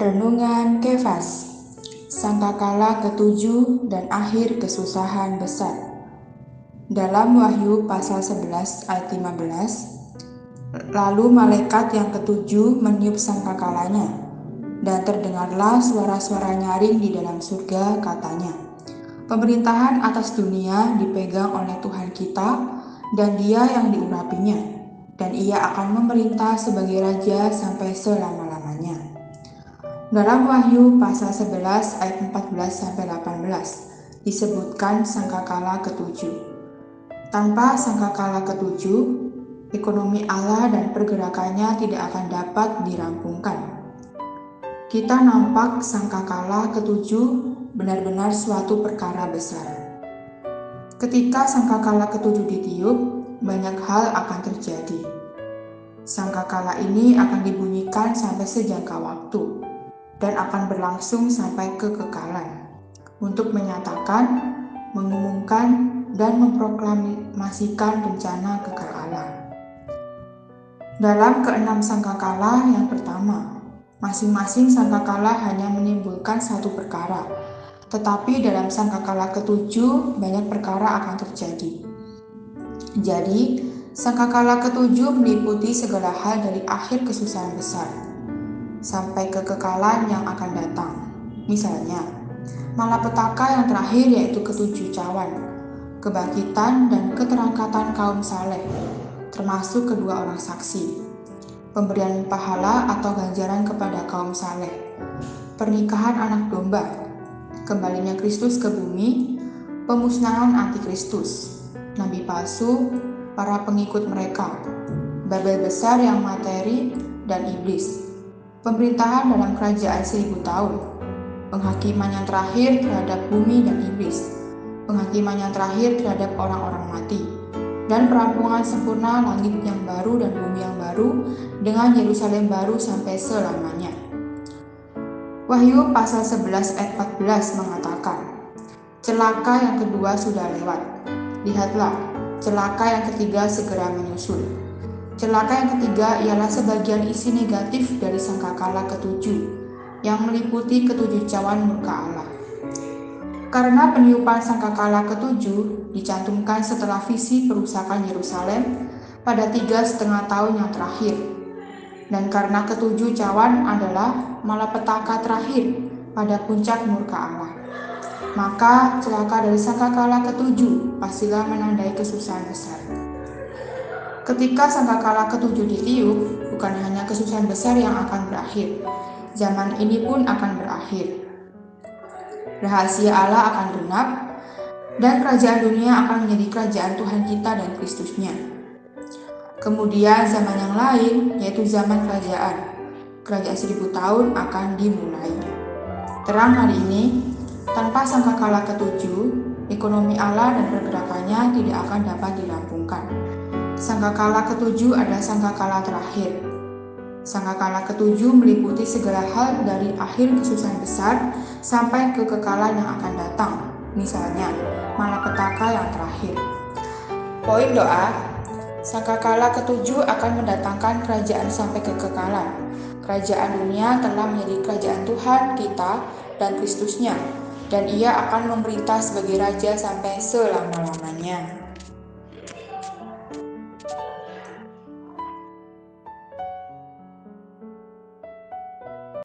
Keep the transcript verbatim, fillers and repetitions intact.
Renungan Kefas, sangkakala ketujuh dan akhir kesusahan besar. Dalam Wahyu pasal sebelas ayat lima belas, lalu malaikat yang ketujuh meniup sangkakalanya, dan terdengarlah suara-suara nyaring di dalam surga, katanya, pemerintahan atas dunia dipegang oleh Tuhan kita, dan Dia yang diurapinya, dan Ia akan memerintah sebagai Raja sampai selama-lamanya. Dalam Wahyu pasal sebelas ayat empat belas sampai delapan belas disebutkan sangkakala ketujuh. Tanpa sangkakala ketujuh, ekonomi Allah dan pergerakannya tidak akan dapat dirampungkan. Kita nampak sangkakala ketujuh benar-benar suatu perkara besar. Ketika sangkakala ketujuh ditiup, banyak hal akan terjadi. Sangkakala ini akan dibunyikan sampai sejangka waktu dan akan berlangsung sampai kekekalan untuk menyatakan, mengumumkan, dan memproklamasikan rencana kekal Allah. Dalam keenam sangkakala yang pertama, masing-masing sangkakala hanya menimbulkan satu perkara, tetapi dalam sangkakala ketujuh banyak perkara akan terjadi. Jadi, sangkakala ketujuh meliputi segala hal dari akhir kesusahan besar sampai kekekalan yang akan datang. Misalnya, malapetaka yang terakhir yaitu ketujuh cawan, kebangkitan dan keterangkatan kaum saleh, termasuk kedua orang saksi, pemberian pahala atau ganjaran kepada kaum saleh, pernikahan anak domba, kembalinya Kristus ke bumi, pemusnahan antikristus, nabi palsu, para pengikut mereka, Babel besar yang materi, dan iblis, pemerintahan dalam kerajaan seribu tahun, penghakiman yang terakhir terhadap bumi dan iblis, penghakiman yang terakhir terhadap orang-orang mati, dan perampungan sempurna langit yang baru dan bumi yang baru dengan Yerusalem baru sampai selamanya. Wahyu pasal sebelas ayat empat belas mengatakan, celaka yang kedua sudah lewat. Lihatlah, celaka yang ketiga segera menyusul. Celaka yang ketiga ialah sebagian isi negatif dari sangkakala ketujuh yang meliputi ketujuh cawan murka Allah. Karena peniupan sangkakala ketujuh dicantumkan setelah visi perusakan Yerusalem pada tiga setengah tahun yang terakhir, dan karena ketujuh cawan adalah malapetaka terakhir pada puncak murka Allah, maka celaka dari sangkakala ketujuh pastilah menandai kesusahan besar. Ketika sangkakala ketujuh ditiup, bukan hanya kesusahan besar yang akan berakhir, zaman ini pun akan berakhir. Rahasia Allah akan genap, dan kerajaan dunia akan menjadi kerajaan Tuhan kita dan Kristusnya. Kemudian zaman yang lain, yaitu zaman kerajaan, kerajaan seribu tahun akan dimulai. Terang hari ini, tanpa sangkakala ketujuh, ekonomi Allah dan pergerakannya tidak akan dapat dirampungkan. Sangkakala ketujuh adalah sangkakala terakhir. Sangkakala ketujuh meliputi segala hal dari akhir kesusahan besar sampai kekekalan yang akan datang. Misalnya, malapetaka yang terakhir. Poin doa, sangkakala ketujuh akan mendatangkan kerajaan sampai kekekalan. Kerajaan dunia telah menjadi kerajaan Tuhan kita dan Kristusnya, dan Ia akan memerintah sebagai Raja sampai selama-lamanya.